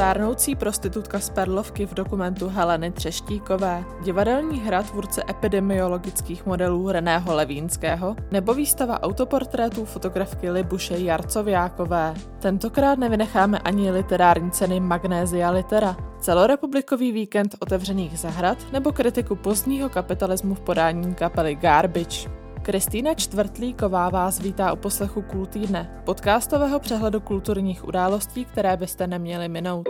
Stárnoucí prostitutka z Perlovky v dokumentu Heleny Třeštíkové, divadelní hra tvůrce epidemiologických modelů Reného Levínského nebo výstava autoportrétů fotografky Libuše Jarcoviákové. Tentokrát nevynecháme ani literární ceny Magnésia Litera, celorepublikový víkend otevřených zahrad nebo kritiku pozdního kapitalismu v podání kapely Garbage. Kristýna Čtvrtlíková vás vítá u poslechu Kultýdne, podcastového přehledu kulturních událostí, které byste neměli minout.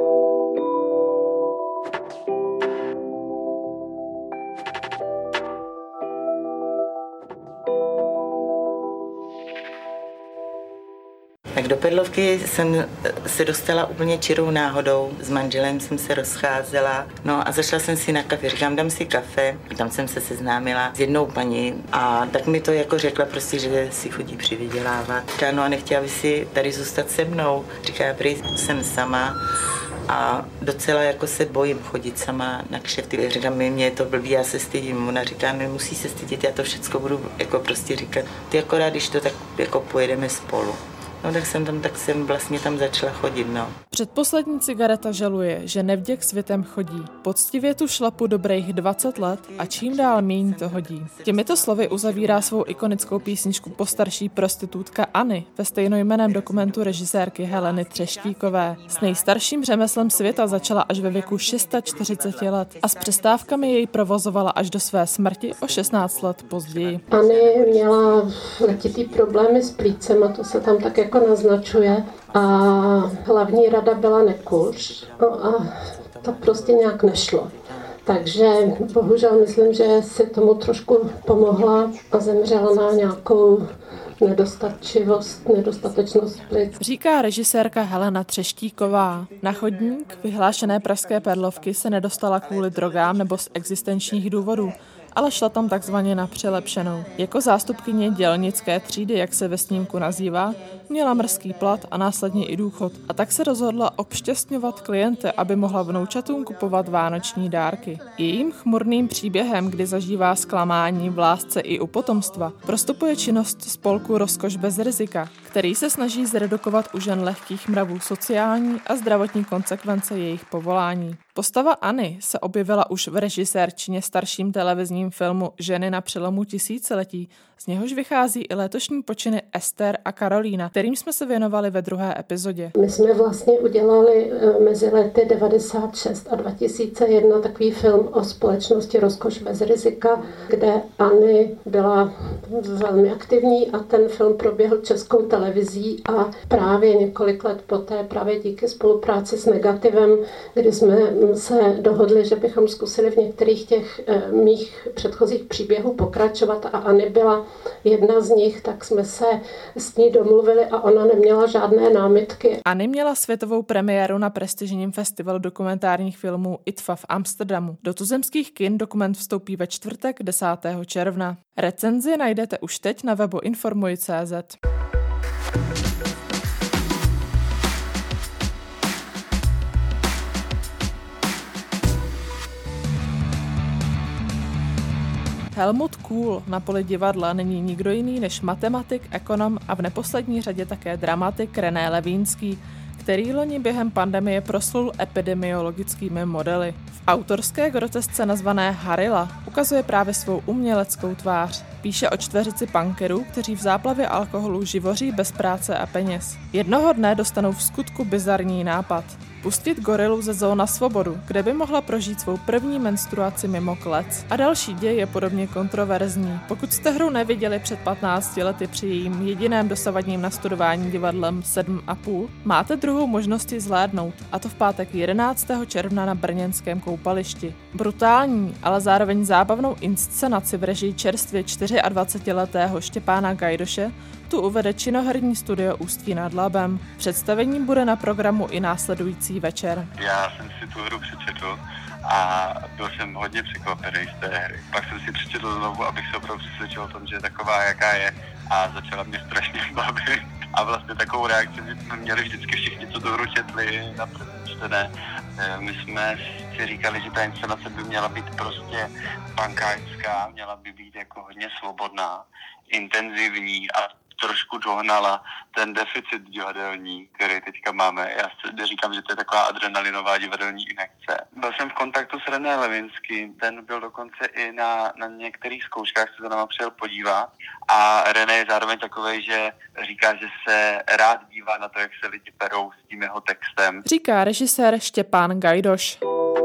Tak do Perlovky jsem se dostala úplně čirou náhodou. S manželem jsem se rozcházela. No a zašla jsem si na kafe. Říkám, dám si kafe. Tam jsem se seznámila s jednou paní a tak mi to jako řekla prostě, že si chodí přivydělávat. Říká, no a nechtěla by si tady zůstat se mnou. Říká, prý jsem sama a docela jako se bojím chodit sama na kšefty. Říkám, mě je to blbý, já se stydím. Ona říká, nemusí se stydět, já to všecko budu jako prostě říkat. Ty akorát, když to tak jako pojedeme spolu. No tak jsem vlastně tam začala chodit, no. Předposlední cigareta žaluje, že nevděk světem chodí. Poctivě tu šlapu dobrých 20 let a čím dál míň to hodí. Těmito slovy uzavírá svou ikonickou písničku postarší prostitutka Anny ve stejnojmenném dokumentu režisérky Heleny Třeštíkové. S nejstarším řemeslem světa začala až ve věku 640 let a s přestávkami jej provozovala až do své smrti o 16 let později. Anny měla letitý problémy s plícem a to se tam tak jako naznačuje a hlavní rada byla nekuř, no a to prostě nějak nešlo. Takže bohužel myslím, že si tomu trošku pomohla a zemřela na nějakou nedostatečnost plic. Říká režisérka Helena Třeštíková. Na chodník vyhlášené pražské Perlovky se nedostala kvůli drogám nebo z existenčních důvodů, ale šla tam takzvaně na přilepšenou. Jako zástupkyně dělnické třídy, jak se ve snímku nazývá, měla mrzký plat a následně i důchod. A tak se rozhodla obšťastňovat klienty, aby mohla vnoučatům kupovat vánoční dárky. Jejím chmurným příběhem, kdy zažívá zklamání v lásce i u potomstva, prostupuje činnost spolku Rozkoš bez rizika, který se snaží zredukovat u žen lehkých mravů sociální a zdravotní konsekvence jejich povolání. Postava Anny se objevila už v režisérčině starším televizním filmu Ženy na přelomu tisíciletí, z něhož vychází i letošní počiny Ester a Karolína, kterým jsme se věnovali ve druhé epizodě. My jsme vlastně udělali mezi lety 96 a 2001 takový film o společnosti Rozkoš bez rizika, kde Anny byla velmi aktivní a ten film proběhl Českou televizí a právě několik let poté, právě díky spolupráci s Negativem, kdy jsme se dohodli, že bychom zkusili v některých těch mých předchozích příběhů pokračovat a Anny byla jedna z nich, tak jsme se s ní domluvili a ona neměla žádné námitky. Anny měla světovou premiéru na prestižním festivalu dokumentárních filmů ITFA v Amsterdamu. Do tuzemských kin dokument vstoupí ve čtvrtek 10. června. Recenzi najdete už teď na webu informuj.cz. Helmut Kohl na poli divadla není nikdo jiný než matematik, ekonom a v neposlední řadě také dramatik René Levínský, který loni během pandemie proslul epidemiologickými modely. V autorské grotesce nazvané Harila ukazuje právě svou uměleckou tvář. Píše o čtveřici punkerů, kteří v záplavě alkoholu živoří bez práce a peněz. Jednoho dne dostanou v skutku bizarní nápad. Pustit gorilu ze zoo na svobodu, kde by mohla prožít svou první menstruaci mimo klec. A další děj je podobně kontroverzní. Pokud jste hru neviděli před 15 lety při jejím jediném dosavadním nastudování divadlem 7,5, máte druhou možnost ji zhlédnout, a to v pátek 11. června na brněnském koupališti. Brutální, ale zároveň zábavnou inscenaci v režii čerstvě 24letého Štěpána Gajdoše tu uvede činoherní studio Ústí nad Labem. Představení bude na programu i následující večer. Já jsem si tu hru přečetl a byl jsem hodně překvapený z té hry. Pak jsem si přečetl znovu, abych se opravdu přesvědčil o tom, že je taková, jaká je, a začala mě strašně bavit. A vlastně takovou reakci jsme měli vždycky všichni, co tu hru četli na první čtené. My jsme si říkali, že ta inscenace by měla být prostě punkáčská, měla by být jako hodně svobodná, intenzivní a trošku dohnala ten deficit divadelní, který teďka máme. Já říkám, že to je taková adrenalinová divadelní injekce. Byl jsem v kontaktu s René Levinským, ten byl dokonce i na některých zkouškách, se za náma přijel podívat. A René je zároveň takovej, že říká, že se rád dívá na to, jak se lidi perou s tím jeho textem. Říká režisér Štěpán Gajdoš.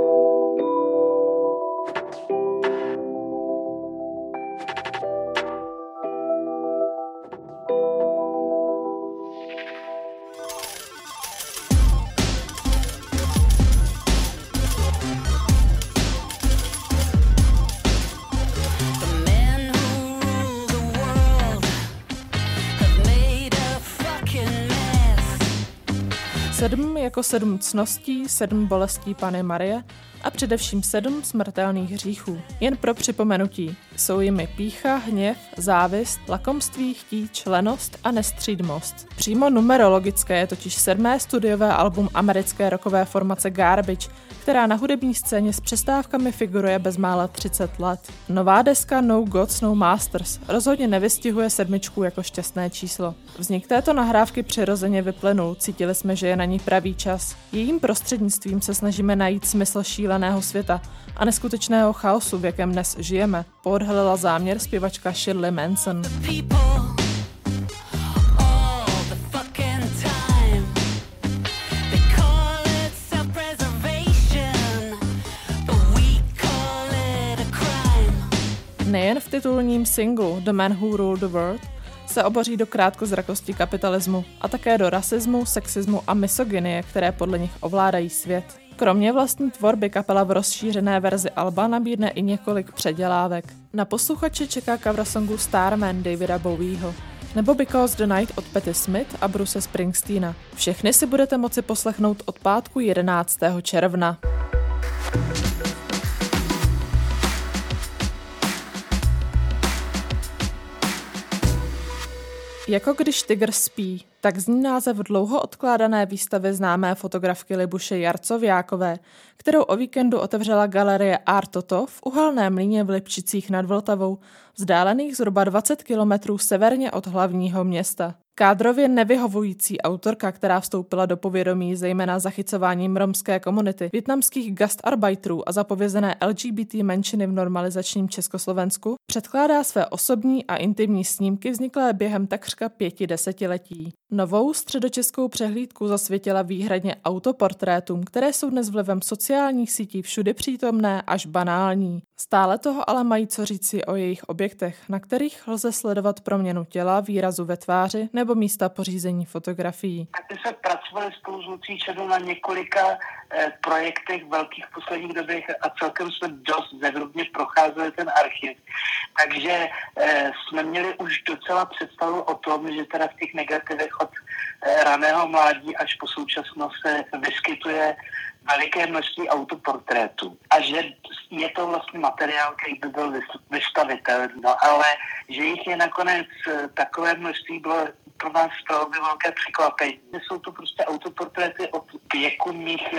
Sedm jako 7 ctností, 7 bolestí Panny Marie a především 7 smrtelných hříchů. Jen pro připomenutí, jsou jimi pýcha, hněv, závist, lakomství, chtíč, lenost a nestřídmost. Přímo numerologické je totiž 7. studiové album americké rockové formace Garbage, která na hudební scéně s přestávkami figuruje bezmála 30 let. Nová deska No Gods, No Masters rozhodně nevystihuje 7 jako šťastné číslo. Vznik této nahrávky přirozeně vyplynul, cítili jsme, že je na ní pravý čas. Jejím prostřednictvím se snažíme najít smysl šíleného světa a neskutečného chaosu, v jakém dnes žijeme, poodhalila záměr zpěvačka Shirley Manson. Nejen v titulním singlu The Man Who Ruled the World se oboří do krátkozrakosti kapitalismu a také do rasismu, sexismu a misogynie, které podle nich ovládají svět. Kromě vlastní tvorby kapela v rozšířené verzi alba nabídne i několik předělávek. Na posluchače čeká cover songu Starman Davida Bowieho nebo Because the Night od Patti Smith a Bruce Springsteena. Všechny si budete moci poslechnout od pátku 11. června. Jako když tygr spí, tak zní název dlouho odkládané výstavy známé fotografky Libuše Jarcoviákové, kterou o víkendu otevřela galerie Art Toto v uhelném mlýně v Lipčicích nad Vltavou, vzdálených zhruba 20 kilometrů severně od hlavního města. Kádrově nevyhovující autorka, která vstoupila do povědomí zejména zachycováním romské komunity, vietnamských gastarbeiterů a zapovězené LGBT menšiny v normalizačním Československu, předkládá své osobní a intimní snímky vzniklé během takřka 5 desetiletí. Novou středočeskou přehlídku zasvětila výhradně autoportrétům, které jsou dnes vlivem sociálních sítí všudy přítomné až banální. Stále toho ale mají co říci o jejich objektech, na kterých lze sledovat proměnu těla, výrazu ve tváři nebo místa pořízení fotografií. My jsme pracovali spolu s Lucí Čedou na několika projektech velkých v posledních dobách a celkem jsme dost zevrubně procházeli ten archiv. Takže jsme měli už docela představu o tom, že teda v těch negativech od raného mládí až po současnost se vyskytuje veliké množství autoportrétů. A že je to vlastně materiál, který by byl vystavitelný. No ale že jich je nakonec takové množství, bylo pro nás to by velké překvapení. Jsou to prostě autoportréty od věku mých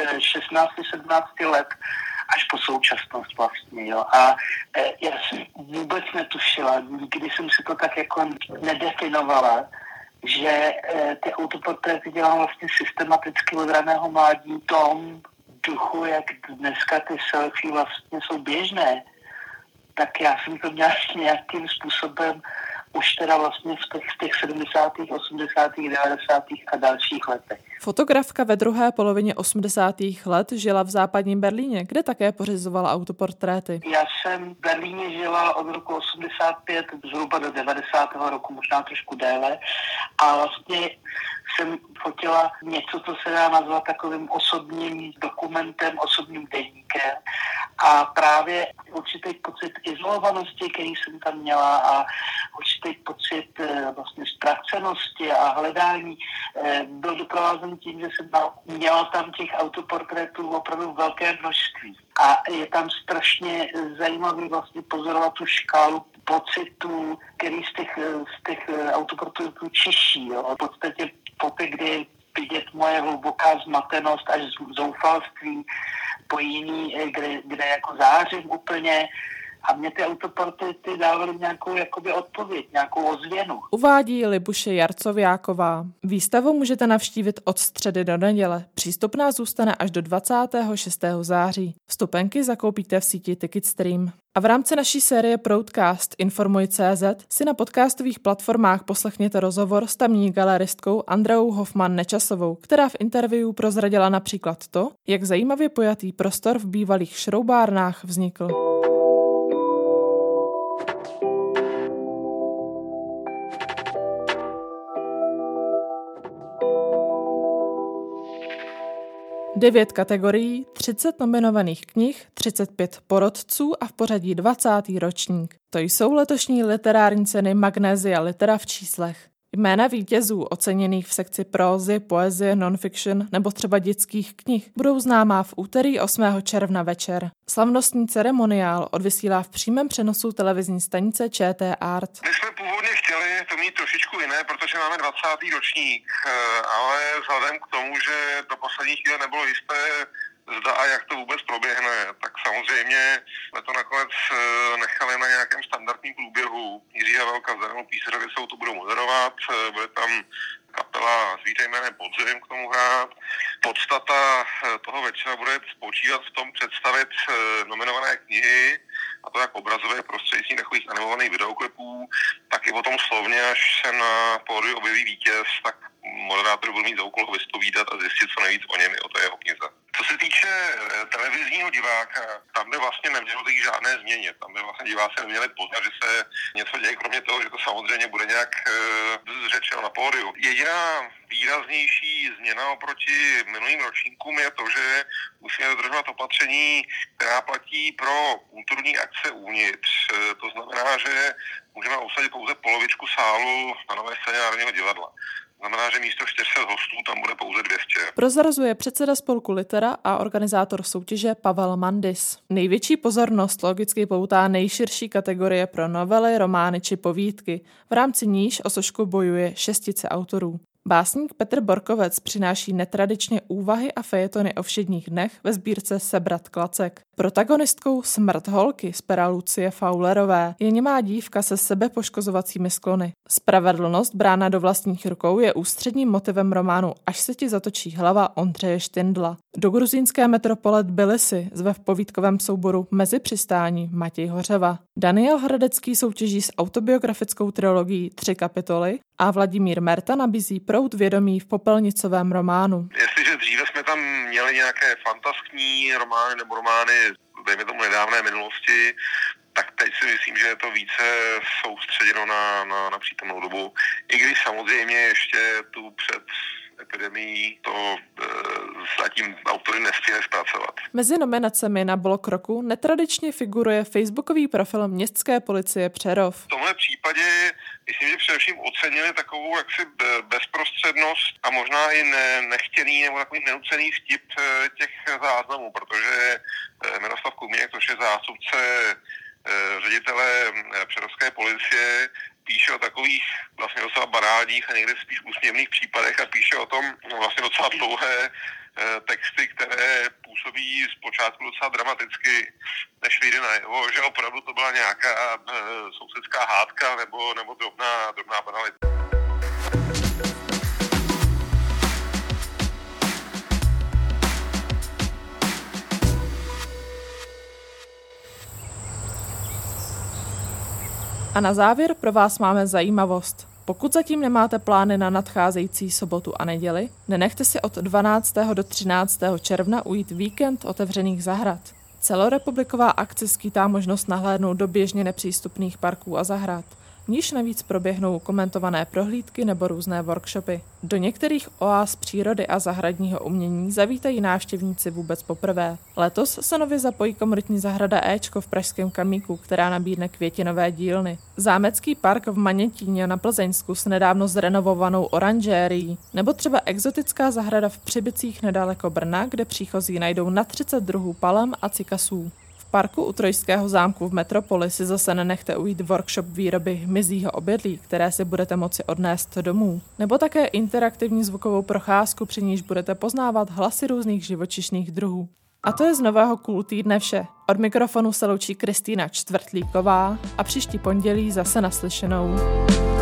16-17 let až po současnost vlastně, jo. A já jsem vůbec netušila, nikdy jsem si to tak jako nedefinovala, že ty autoportréty dělám vlastně systematicky od raného mládí tom duchu, jak dneska ty selfie vlastně jsou běžné, tak já jsem to měl nějakým způsobem už teda vlastně v těch 70., 80., 90. a dalších letech. Fotografka ve druhé polovině 80. let žila v západním Berlíně, kde také pořizovala autoportréty. Já jsem v Berlíně žila od roku 85 zhruba do 90. roku, možná trošku déle, a vlastně jsem fotila něco, co se dá nazvat takovým osobním dokumentem, osobním deníkem a právě určitý pocit izolovanosti, který jsem tam měla a určitý pocit vlastně ztracenosti a hledání byl doprovázen tím, že jsem měla tam těch autoportrétů opravdu velké množství. A je tam strašně zajímavý vlastně pozorovat tu škálu pocitů, který z těch autoportrétů čiší. Jo. V podstatě poté, kdy vidět moje hluboká zmatenost až zoufalství, po jiný, kde jako zářím úplně, A mě ty autoporty ty dávaly nějakou jakoby odpověď, nějakou ozvěnu. Uvádí Libuše Jarcoviáková. Výstavu můžete navštívit od středy do neděle. Přístupná zůstane až do 26. září. Vstupenky zakoupíte v síti Ticketstream. A v rámci naší série Proudcast Informuj.cz si na podcastových platformách poslechněte rozhovor s tamní galeristkou Andreou Hoffmann-Nečasovou, která v interview prozradila například to, jak zajímavě pojatý prostor v bývalých šroubárnách vznikl. Devět kategorií, 30 nominovaných knih, 35 porotců a v pořadí 20. ročník. To jsou letošní literární ceny Magnesia Litera v číslech. Jména vítězů oceněných v sekci prózy, poezie, non-fiction nebo třeba dětských knih budou známá v úterý 8. června večer. Slavnostní ceremoniál odvysílá v přímém přenosu televizní stanice ČT Art. My jsme původně chtěli to mít trošičku jiné, protože máme 20. ročník, ale vzhledem k tomu, že do poslední chvíle nebylo jisté, zda a jak to vůbec proběhne, tak samozřejmě jsme to nakonec nechali na nějakém standardním průběhu. Jiří Havelka s Danou Písařovicou to budou moderovat, bude tam kapela Zvíře jménem Podzim k tomu hrát. Podstata toho večera bude spočívat v tom představit nominované knihy, a to jak obrazové prostřednictvím takových animovaných videoklipů, tak i potom slovně, až se na pódiu objeví vítěz, tak moderátor bude mít za úkol vyspovídat a zjistit co nejvíc o něm i o té jeho knize. Co se týče televizního diváka, tam by vlastně nemělo být žádné změně. Tam by vlastně diváci neměli poznat, že se něco děje, kromě toho, že to samozřejmě bude nějak řečeno na pódiu. Jediná výraznější změna oproti minulým ročníkům je to, že musíme dodržovat opatření, která platí pro kulturní akce uvnitř. To znamená, že můžeme obsadit pouze polovičku sálu na Nové scéně Národního divadla. Znamená, že místo 400 hostů tam bude pouze 200. Prozrazuje předseda spolku Litera a organizátor soutěže Pavel Mandis. Největší pozornost logicky poutá nejširší kategorie pro novely, romány či povídky, v rámci níž o sošku bojuje 6 autorů. Básník Petr Borkovec přináší netradičně úvahy a fejetony o všedních dnech ve sbírce Sebrat klacek. Protagonistkou Smrt holky z pera Lucie Faulerové je němá dívka se sebepoškozovacími sklony. Spravedlnost brána do vlastních rukou je ústředním motivem románu Až se ti zatočí hlava Ondřeje Štindla. Do gruzínské metropole Tbilisi zve v povídkovém souboru Mezi přistání Matěj Hořeva. Daniel Hradecký soutěží s autobiografickou trilogií 3 kapitoly a Vladimír Merta nabízí proud vědomí v popelnicovém románu. Jestliže dříve jsme tam měli nějaké fantaskní romány nebo romány, dejme tomu nedávné minulosti, tak teď si myslím, že je to více soustředěno na přítomnou dobu. I když samozřejmě ještě tu před epidemií to zatím autory nestihne zpracovat. Mezi nominacemi na blok roku netradičně figuruje facebookový profil Městské policie Přerov. V tomhle případě myslím, že především ocenili takovou jaksi bezprostřednost a možná i nechtěný nebo takový nenucený vtip těch záznamů, protože Miroslav Koumínek, což je zástupce ředitele přerovské policie, píše o takových vlastně docela banálních a někdy spíš úsměvných případech a píše o tom vlastně docela dlouhé texty, které působí zpočátku docela dramaticky, než vyjde najevo, že opravdu to byla nějaká sousedská hádka nebo drobná banalita. A na závěr pro vás máme zajímavost. Pokud zatím nemáte plány na nadcházející sobotu a neděli, nenechte si od 12. do 13. června ujít víkend otevřených zahrad. Celorepubliková akce skýtá možnost nahlédnout do běžně nepřístupných parků a zahrad. V níž navíc proběhnou komentované prohlídky nebo různé workshopy. Do některých oáz přírody a zahradního umění zavítají návštěvníci vůbec poprvé. Letos se nově zapojí komunitní zahrada Éčko v pražském Kamíku, která nabídne květinové dílny. Zámecký park v Manětíně na Plzeňsku s nedávno zrenovovanou oranžérií, nebo třeba exotická zahrada v Přibicích nedaleko Brna, kde příchozí najdou na 30 druhů palem a cikasů. V parku u Trojského zámku v Metropoli si zase nenechte ujít workshop výroby hmyzího obydlí, které si budete moci odnést domů. Nebo také interaktivní zvukovou procházku, při níž budete poznávat hlasy různých živočišných druhů. A to je z nového Cool týdne vše. Od mikrofonu se loučí Kristýna Čtvrtlíková a příští pondělí zase naslyšenou.